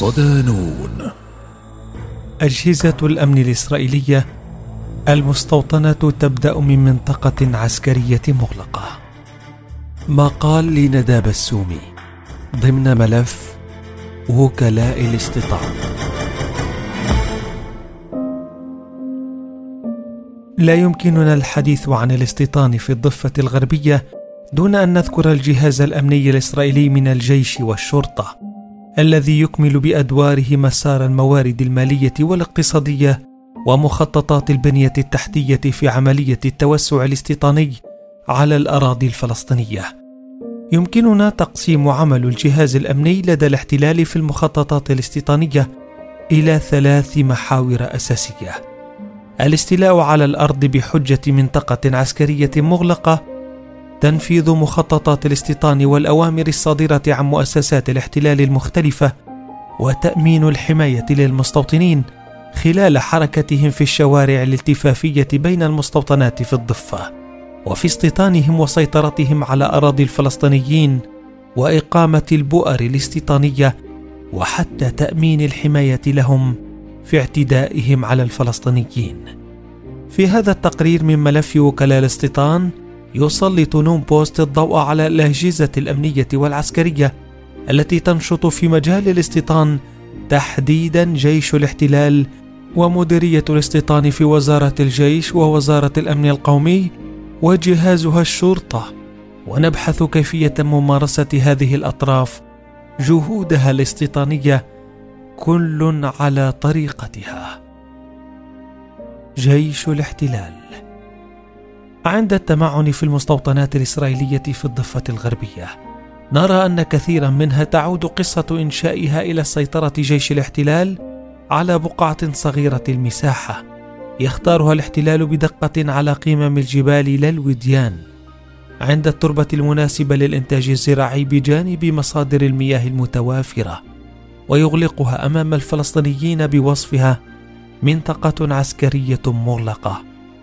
صدانون. أجهزة الأمن الإسرائيلية: المستوطنة تبدأ من منطقة عسكرية مغلقة. مقال لندى بسومي ضمن ملف وكلاء الاستيطان. لا يمكننا الحديث عن الاستيطان في الضفة الغربية دون أن نذكر الجهاز الأمني الإسرائيلي من الجيش والشرطة، الذي يكمل بأدواره مسار الموارد المالية والاقتصادية ومخططات البنية التحتية في عملية التوسع الاستيطاني على الأراضي الفلسطينية. يمكننا تقسيم عمل الجهاز الأمني لدى الاحتلال في المخططات الاستيطانية إلى 3 محاور أساسية: الاستيلاء على الأرض بحجة منطقة عسكرية مغلقة، تنفيذ مخططات الاستيطان والأوامر الصادرة عن مؤسسات الاحتلال المختلفة، وتأمين الحماية للمستوطنين خلال حركتهم في الشوارع الالتفافية بين المستوطنات في الضفة، وفي استيطانهم وسيطرتهم على أراضي الفلسطينيين، وإقامة البؤر الاستيطانية، وحتى تأمين الحماية لهم في اعتدائهم على الفلسطينيين. في هذا التقرير من ملف وكلاء الاستيطان يسلط نون بوست الضوء على الأجهزة الأمنية والعسكرية التي تنشط في مجال الاستيطان، تحديدا جيش الاحتلال ومديرية الاستيطان في وزارة الجيش ووزارة الأمن القومي وجهازها الشرطة، ونبحث كيفية ممارسة هذه الأطراف جهودها الاستيطانية كل على طريقتها. جيش الاحتلال: عند التمعن في المستوطنات الإسرائيلية في الضفة الغربية، نرى أن كثيرا منها تعود قصة إنشائها إلى سيطرة جيش الاحتلال على بقعة صغيرة المساحة يختارها الاحتلال بدقة على قمم الجبال لا الوديان، عند التربة المناسبة للإنتاج الزراعي بجانب مصادر المياه المتوافرة، ويغلقها أمام الفلسطينيين بوصفها منطقة عسكرية مغلقة.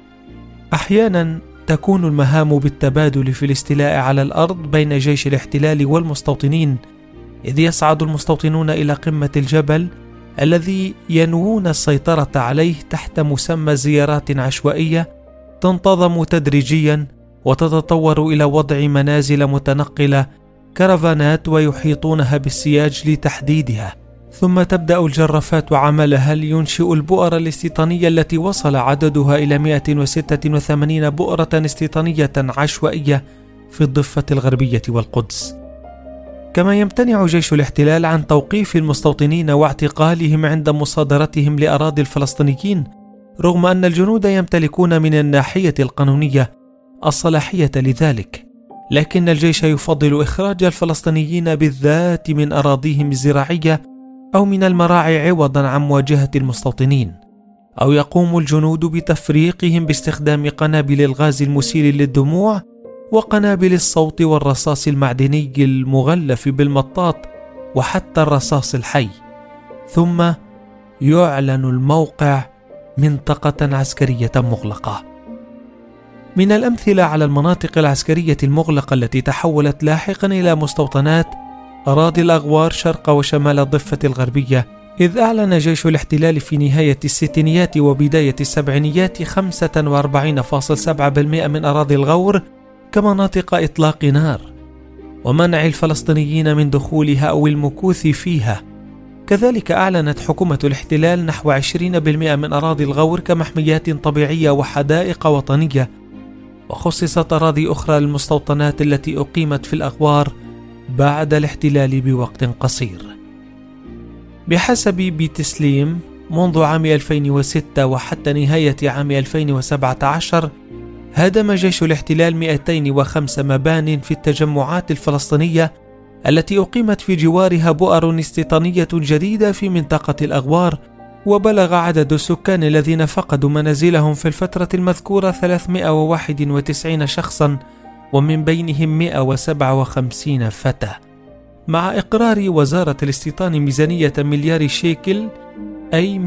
أحيانا تكون المهام بالتبادل في الاستيلاء على الأرض بين جيش الاحتلال والمستوطنين، إذ يصعد المستوطنون إلى قمة الجبل الذي ينوون السيطرة عليه تحت مسمى زيارات عشوائية تنتظم تدريجيا وتتطور إلى وضع منازل متنقلة كرفانات ويحيطونها بالسياج لتحديدها، ثم تبدأ الجرافات عملها لينشئ البؤر الاستيطانية التي وصل عددها إلى 186 بؤرة استيطانية عشوائية في الضفة الغربية والقدس. كما يمتنع جيش الاحتلال عن توقيف المستوطنين واعتقالهم عند مصادرتهم لأراضي الفلسطينيين، رغم أن الجنود يمتلكون من الناحية القانونية الصلاحية لذلك، لكن الجيش يفضل إخراج الفلسطينيين بالذات من أراضيهم الزراعية أو من المراعي عوضا عن مواجهة المستوطنين، أو يقوم الجنود بتفريقهم باستخدام قنابل الغاز المسيل للدموع وقنابل الصوت والرصاص المعدني المغلف بالمطاط وحتى الرصاص الحي، ثم يعلن الموقع منطقة عسكرية مغلقة. من الأمثلة على المناطق العسكرية المغلقة التي تحولت لاحقا إلى مستوطنات أراضي الأغوار شرق وشمال الضفة الغربية، إذ أعلن جيش الاحتلال في نهاية الستينيات وبداية السبعينيات 45.7% من أراضي الغور كمناطق إطلاق نار، ومنع الفلسطينيين من دخولها أو المكوث فيها. كذلك أعلنت حكومة الاحتلال نحو 20% من أراضي الغور كمحميات طبيعية وحدائق وطنية، وخصصت أراضي أخرى للمستوطنات التي أقيمت في الأغوار بعد الاحتلال بوقت قصير. بحسب بتسليم، منذ عام 2006 وحتى نهاية عام 2017 هدم جيش الاحتلال 205 مبان في التجمعات الفلسطينية التي أقيمت في جوارها بؤر استيطانية جديدة في منطقة الأغوار، وبلغ عدد السكان الذين فقدوا منازلهم في الفترة المذكورة 391 شخصا، ومن بينهم 157 فتى، مع إقرار وزارة الاستيطان ميزانية مليار شيكل أي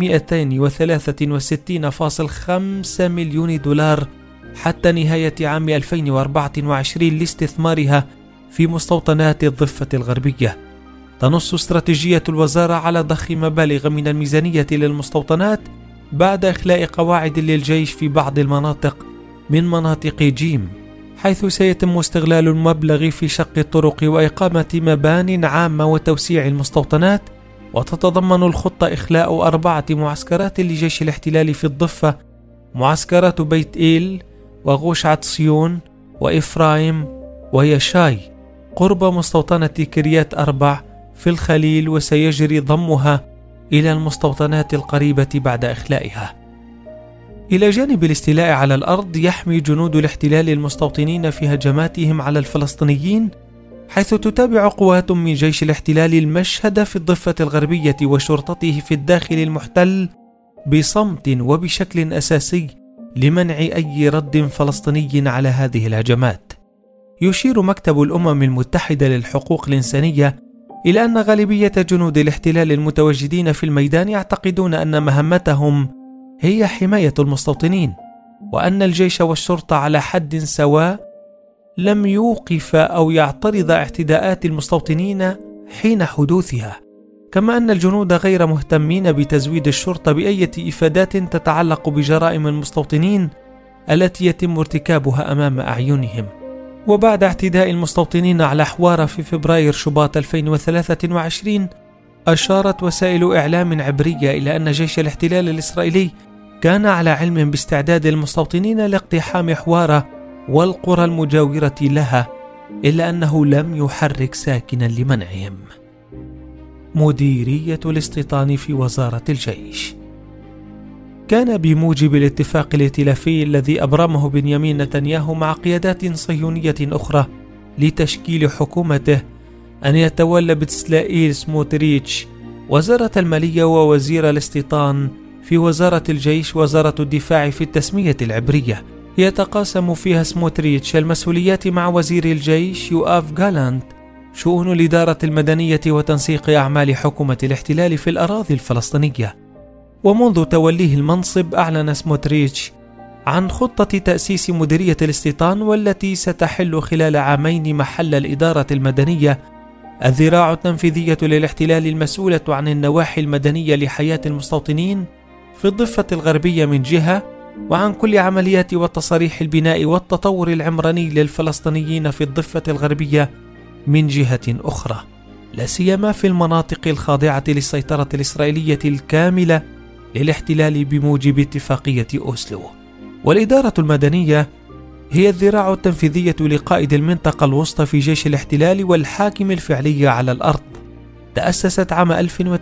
263.5 مليون دولار حتى نهاية عام 2024 لاستثمارها في مستوطنات الضفة الغربية. تنص استراتيجية الوزارة على ضخ مبالغ من الميزانية للمستوطنات بعد إخلاء قواعد للجيش في بعض المناطق من مناطق جيم، حيث سيتم استغلال المبلغ في شق الطرق وإقامة مبان عامة وتوسيع المستوطنات. وتتضمن الخطة إخلاء 4 معسكرات لجيش الاحتلال في الضفة: معسكرات بيت إيل وغوش عطسيون وإفرايم ويشاي قرب مستوطنة كريات أربع في الخليل، وسيجري ضمها إلى المستوطنات القريبة بعد إخلائها. إلى جانب الاستيلاء على الأرض، يحمي جنود الاحتلال المستوطنين في هجماتهم على الفلسطينيين، حيث تتابع قوات من جيش الاحتلال المشهد في الضفة الغربية وشرطته في الداخل المحتل بصمت وبشكل أساسي لمنع أي رد فلسطيني على هذه الهجمات. يشير مكتب الأمم المتحدة للحقوق الإنسانية إلى أن غالبية جنود الاحتلال المتواجدين في الميدان يعتقدون أن مهمتهم هي حماية المستوطنين، وأن الجيش والشرطة على حد سواء لم يوقف أو يعترض اعتداءات المستوطنين حين حدوثها، كما أن الجنود غير مهتمين بتزويد الشرطة بأي إفادات تتعلق بجرائم المستوطنين التي يتم ارتكابها أمام أعينهم. وبعد اعتداء المستوطنين على حوارة في فبراير شباط 2023، أشارت وسائل إعلام عبرية إلى أن جيش الاحتلال الإسرائيلي كان على علم باستعداد المستوطنين لاقتحام حوارة والقرى المجاورة لها، إلا أنه لم يحرك ساكنا لمنعهم. مديرية الاستيطان في وزارة الجيش. كان بموجب الاتفاق الائتلافي الذي أبرمه بنيامين نتنياهو مع قيادات صهيونية أخرى لتشكيل حكومته أن يتولى بتسلائيل سموتريتش وزارة المالية ووزير الاستيطان في وزارة الجيش وزارة الدفاع في التسمية العبرية. يتقاسم فيها سموتريتش المسؤوليات مع وزير الجيش يؤاف جالانت شؤون الإدارة المدنية وتنسيق أعمال حكومة الاحتلال في الأراضي الفلسطينية. ومنذ توليه المنصب أعلن سموتريتش عن خطة تأسيس مديرية الاستيطان، والتي ستحل خلال عامين محل الإدارة المدنية، الذراع التنفيذية للاحتلال المسؤولة عن النواحي المدنية لحياة المستوطنين في الضفة الغربية من جهة، وعن كل عمليات وتصاريح البناء والتطور العمراني للفلسطينيين في الضفة الغربية من جهة أخرى، لا سيما في المناطق الخاضعة للسيطرة الإسرائيلية الكاملة للاحتلال بموجب اتفاقية أوسلو. والإدارة المدنية هي الذراع التنفيذية لقائد المنطقة الوسطى في جيش الاحتلال والحاكم الفعلي على الأرض. تأسست عام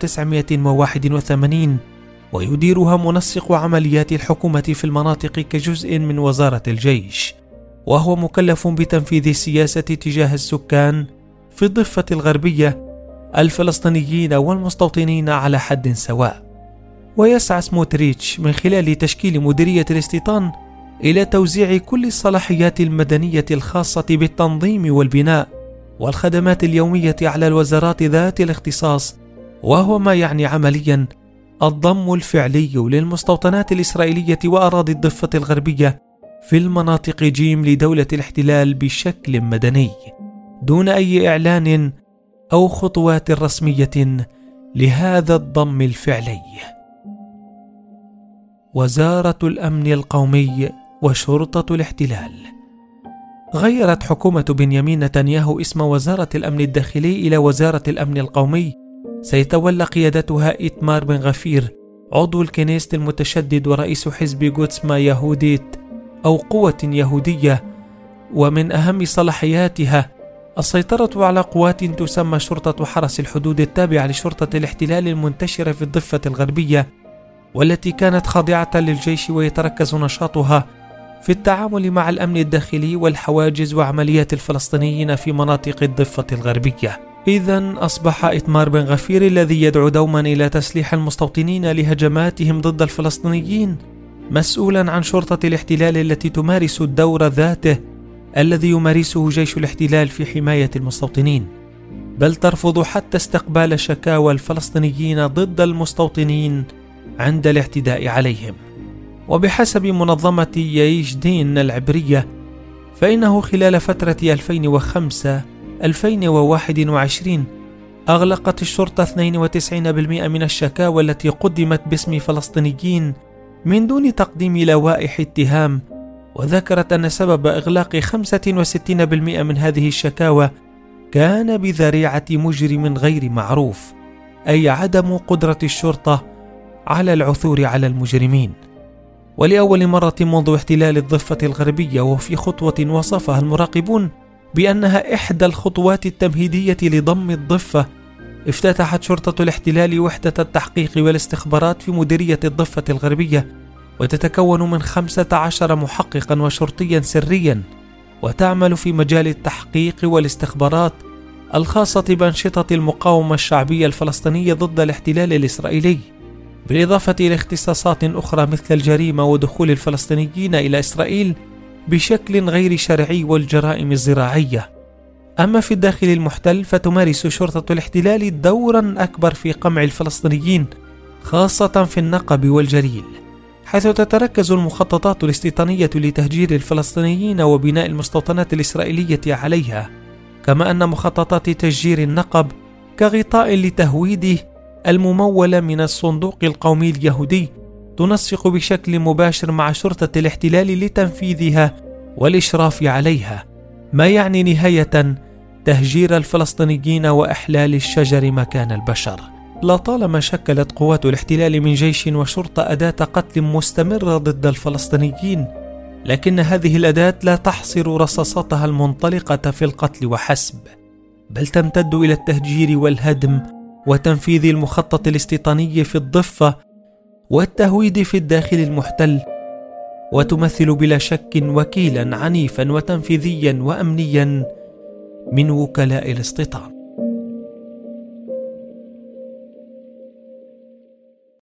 1981 ويديرها منسق عمليات الحكومة في المناطق كجزء من وزارة الجيش، وهو مكلف بتنفيذ السياسة تجاه السكان في الضفة الغربية الفلسطينيين والمستوطنين على حد سواء. ويسعى سموتريتش من خلال تشكيل مديرية الاستيطان إلى توزيع كل الصلاحيات المدنية الخاصة بالتنظيم والبناء والخدمات اليومية على الوزارات ذات الاختصاص، وهو ما يعني عمليا الضم الفعلي للمستوطنات الإسرائيلية وأراضي الضفة الغربية في المناطق جيم لدولة الاحتلال بشكل مدني، دون أي إعلان أو خطوات رسمية لهذا الضم الفعلي. وزارة الأمن القومي وشرطة الاحتلال. غيرت حكومة بنيامين نتنياهو اسم وزارة الأمن الداخلي إلى وزارة الأمن القومي، سيتولى قيادتها إيتمار بن غفير، عضو الكنيست المتشدد ورئيس حزب جوتسما يهوديت أو قوة يهودية. ومن أهم صلاحياتها السيطرة على قوات تسمى شرطة حرس الحدود التابعة لشرطة الاحتلال المنتشرة في الضفة الغربية، والتي كانت خاضعة للجيش، ويتركز نشاطها في التعامل مع الأمن الداخلي والحواجز وعمليات الفلسطينيين في مناطق الضفة الغربية. إذن أصبح إيتمار بن غفير الذي يدعو دوما إلى تسليح المستوطنين لهجماتهم ضد الفلسطينيين مسؤولا عن شرطة الاحتلال التي تمارس الدور ذاته الذي يمارسه جيش الاحتلال في حماية المستوطنين، بل ترفض حتى استقبال شكاوى الفلسطينيين ضد المستوطنين عند الاعتداء عليهم. وبحسب منظمة يعيش دين العبرية، فإنه خلال فترة 2005-2021 أغلقت الشرطة 92% من الشكاوى التي قدمت باسم فلسطينيين من دون تقديم لوائح اتهام، وذكرت أن سبب إغلاق 65% من هذه الشكاوى كان بذريعة مجرم غير معروف، أي عدم قدرة الشرطة على العثور على المجرمين. ولأول مرة منذ احتلال الضفة الغربية، وفي خطوة وصفها المراقبون بأنها إحدى الخطوات التمهيدية لضم الضفة، افتتحت شرطة الاحتلال وحدة التحقيق والاستخبارات في مديرية الضفة الغربية، وتتكون من 15 محققا وشرطيا سريا، وتعمل في مجال التحقيق والاستخبارات الخاصة بأنشطة المقاومة الشعبية الفلسطينية ضد الاحتلال الإسرائيلي، بالإضافة إلى اختصاصات أخرى مثل الجريمة ودخول الفلسطينيين إلى إسرائيل بشكل غير شرعي والجرائم الزراعية. أما في الداخل المحتل، فتمارس شرطة الاحتلال دورا أكبر في قمع الفلسطينيين، خاصة في النقب والجليل، حيث تتركز المخططات الاستيطانية لتهجير الفلسطينيين وبناء المستوطنات الإسرائيلية عليها، كما أن مخططات تشجير النقب كغطاء لتهويده الممولة من الصندوق القومي اليهودي تنسق بشكل مباشر مع شرطة الاحتلال لتنفيذها والإشراف عليها، ما يعني نهاية تهجير الفلسطينيين وإحلال الشجر مكان البشر. لطالما شكلت قوات الاحتلال من جيش وشرطة أداة قتل مستمرة ضد الفلسطينيين، لكن هذه الأداة لا تحصر رصاصاتها المنطلقة في القتل وحسب، بل تمتد إلى التهجير والهدم وتنفيذ المخطط الاستيطاني في الضفة والتهويد في الداخل المحتل، وتمثل بلا شك وكيلا عنيفا وتنفيذيا وأمنيا من وكلاء الاستيطان.